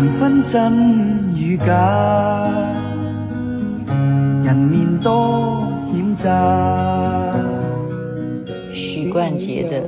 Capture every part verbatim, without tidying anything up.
難分真與假，人面多險詐。 許冠傑的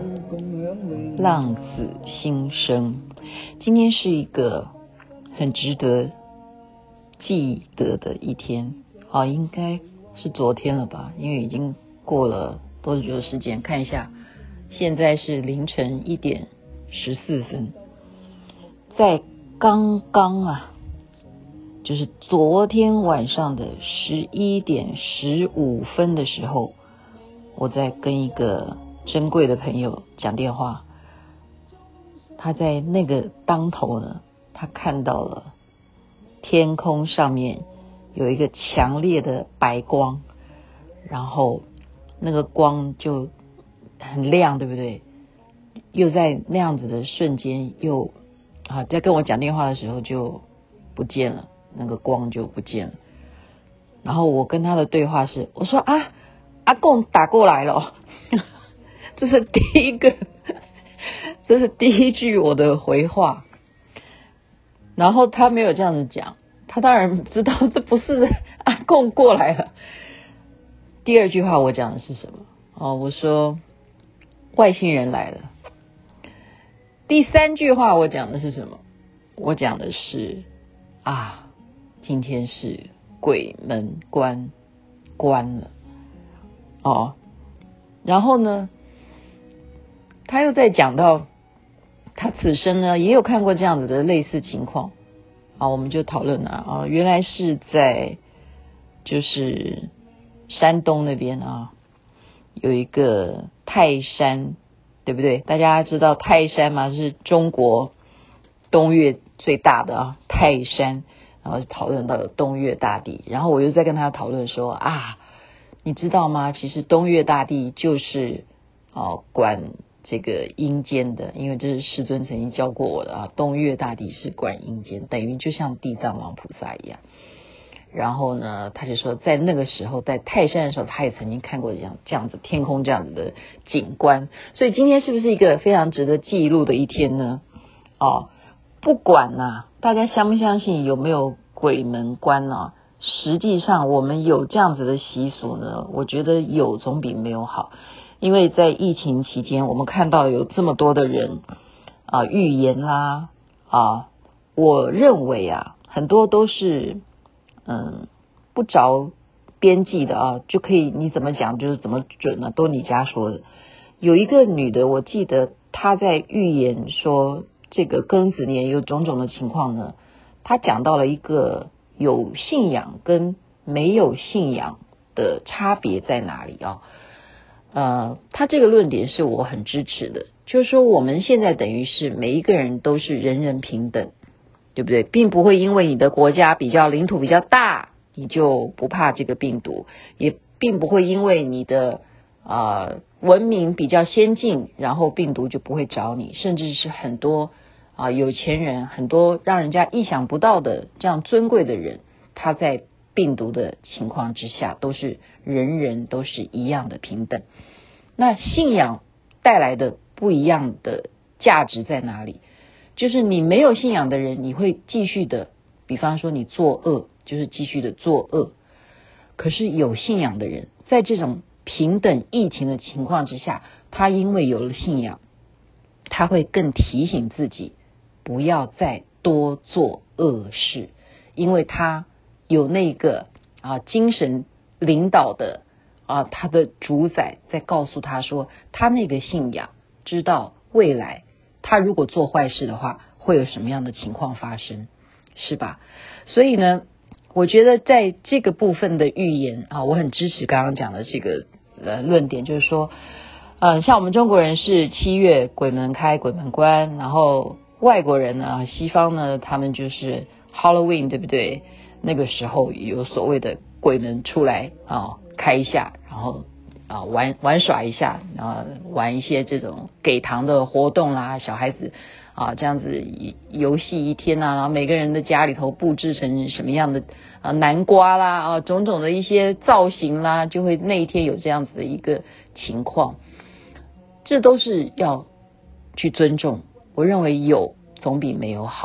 《浪子心聲》，今天是一個很值得記得的一天啊，應該是昨天了吧，因為已經過了多久的時間，看一下，現在是凌晨一點十四分，在剛剛啊，就是昨天晚上的十一點十五分的時候，我在跟一個珍貴的朋友講電話，他在那個當頭呢，他看到了天空上面有一個強烈的白光，然後那個光就很亮，對不對？又在那樣子的瞬間又啊，在跟我講電話的時候就不見了，那個光就不見了。然後我跟他的對話是，我說啊，阿公打過來了，這是第一個，這是第一句我的回話。然後他沒有這樣子講，他當然知道這不是阿公過來了。第二句話我講的是什麼？哦，我說外星人來了。第三句話我講的是什麼？我講的是啊，今天是鬼門關關了哦。然後呢，他又在講到他此生呢也有看過這樣子的類似情況啊，我們就討論啊，啊原來是在就是山東那邊啊，有一個泰山，對不對？大家知道泰山嗎？是中國東岳最大的啊，泰山。然後討論到了東岳大帝，然後我又在跟他討論說啊，你知道嗎？其實東岳大帝就是啊管這個陰間的，因為這是師尊曾經教過我的啊，東岳大帝是管陰間，等於就像地藏王菩薩一樣。然後呢，他就說在那個時候，在泰山的時候，他也曾經看過這樣這樣子天空這樣子的景觀。所以今天是不是一個非常值得記錄的一天呢？哦，不管啊，大家相不相信有沒有鬼門關啊，實際上我們有這樣子的習俗呢，我覺得有總比沒有好。因為在疫情期間，我們看到有這麼多的人啊預言啦啊，我認為啊，很多都是嗯不着邊際的啊，就可以你怎麼講就是怎麼準了，都你家說的。有一個女的，我記得她在預言說這個庚子年有種種的情況呢，她講到了一個有信仰跟沒有信仰的差別在哪裡啊？呃，她這個論點是我很支持的，就是說我們現在等於是每一個人都是人人平等，對不對？並不會因為你的國家比較領土比較大，你就不怕這個病毒，也並不會因為你的啊、呃、文明比較先進，然後病毒就不會找你，甚至是很多啊、呃、有錢人，很多讓人家意想不到的這樣尊貴的人，他在病毒的情況之下，都是人人都是一樣的平等。那信仰帶來的不一樣的價值在哪裡？就是你沒有信仰的人，你會繼續的，比方說你作惡，就是繼續的作惡。可是有信仰的人，在這種平等疫情的情況之下，他因為有了信仰，他會更提醒自己不要再多做惡事，因為他有那個啊精神領導的啊他的主宰在告訴他說，他那個信仰知道未來他如果做壞事的話會有什麼樣的情況發生，是吧？所以呢，我覺得在這個部分的預言啊，我很支持剛剛講的這個呃論點，就是說嗯、呃，像我們中國人是七月鬼門開鬼門關，然後外國人呢，西方呢，他們就是 Halloween， 對不對？那個時候有所謂的鬼門出來啊，開一下，然後啊玩玩耍一下，然後玩一些這種給糖的活動啦，小孩子啊這樣子遊戲一天啊，然後每個人的家裡頭布置成什麼樣的啊南瓜啦啊種種的一些造型啦，就會那一天有這樣子的一個情況，這都是要去尊重。我認為有總比沒有好。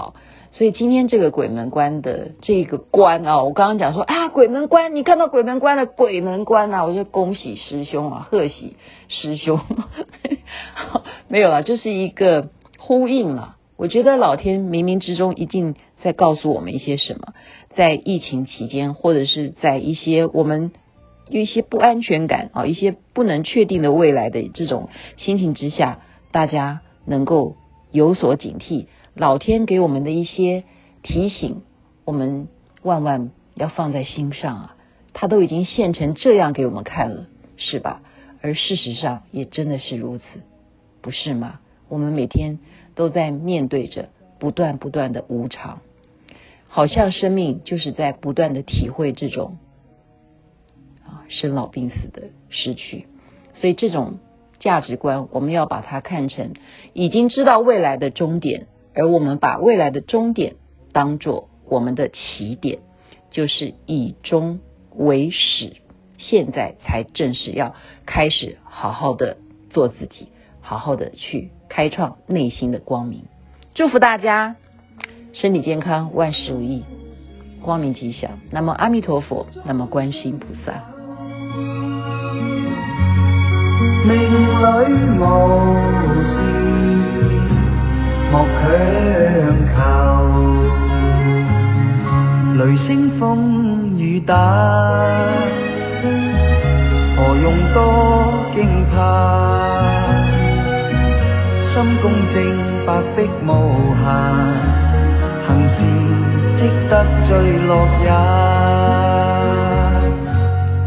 所以今天这个鬼门关的这个关啊，我刚刚讲说啊，鬼门关，你看到鬼门关了，鬼门关啊，我就恭喜师兄啊，贺喜师兄。没有啊，就是一个呼应了。我觉得老天冥冥之中一定在告诉我们一些什么，在疫情期间，或者是在一些我们有一些不安全感啊，一些不能确定的未来的这种心情之下，大家能够有所警惕。老天给我们的一些提醒，我们万万要放在心上啊！他都已经现成这样给我们看了，是吧？而事实上也真的是如此，不是吗？我们每天都在面对着不断不断的无常，好像生命就是在不断的体会这种啊生老病死的失去。所以这种价值观，我们要把它看成已经知道未来的终点，而我们把未来的终点当作我们的起点，就是以终为始，现在才正式要开始好好的做自己，好好的去开创内心的光明。祝福大家身体健康，万事如意，光明吉祥。那么阿弥陀佛，那么观世音菩萨。 命里無事莫強求，雷聲風雨打，何用多驚怕？心公正白璧無瑕，行事積得最樂也。